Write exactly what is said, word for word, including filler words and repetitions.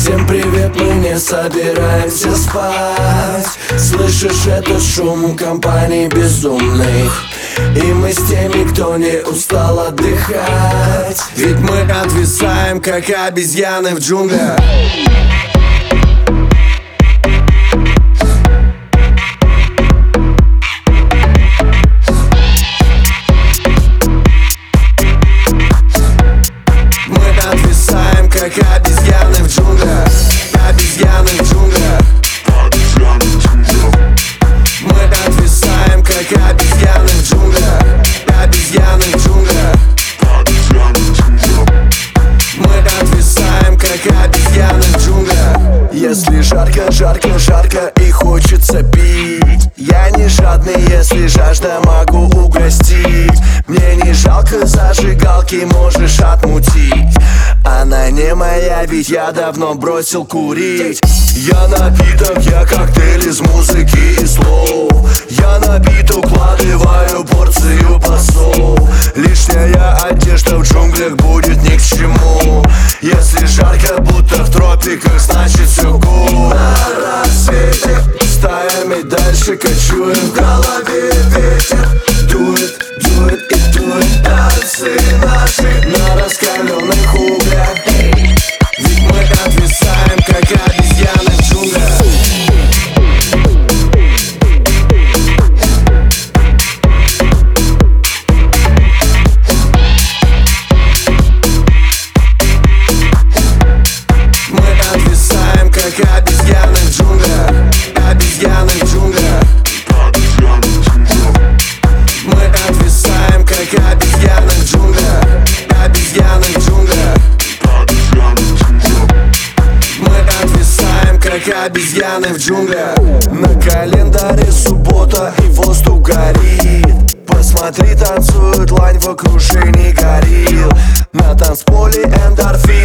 Всем привет, мы не собираемся спать. Слышишь этот шум компании безумных, и мы с теми, кто не устал отдыхать. Ведь мы отвисаем, как обезьяны в джунглях. Как обезьяны в джунглях, обезьяны в джунглях, обезьяны в джунглях. Мы отвисаем, как обезьяны в джунглях, обезьяны в джунглях, обезьяны в джунглях. Мы отвисаем, как обезьяны в джунглях. Если жарко, жарко, жарко и хочется пить, я не жадный, если жажда, могу угостить. Мне не жалко зажигалки, можешь отмутить. Она не моя, ведь я давно бросил курить. Я напиток, я коктейль из музыки и слов. Я напит, укладываю порцию посол. Лишняя одежда в джунглях будет ни к чему. Если жарко, будто в тропиках, значит все гуд. На рассвете стаями дальше кочуем. В голове ветер дует, дует и дует. Танцы наши на раскаленных углях. Ведь мы отвисаем, как обезьяны в джунглях. Мы отвисаем, как обезьяны в джунглях, обезьяны в джунглях, обезьяны в джунглях. Мы отвисаем, как обезьяны в джунглях, обезьяны в джунглях, обезьяны в джунглях. Мы отвисаем, как обезьяны в джунглях. На календаре суббота и воздух горит. Посмотри, танцует лань в окружении горилл. На танцполе эндорфин.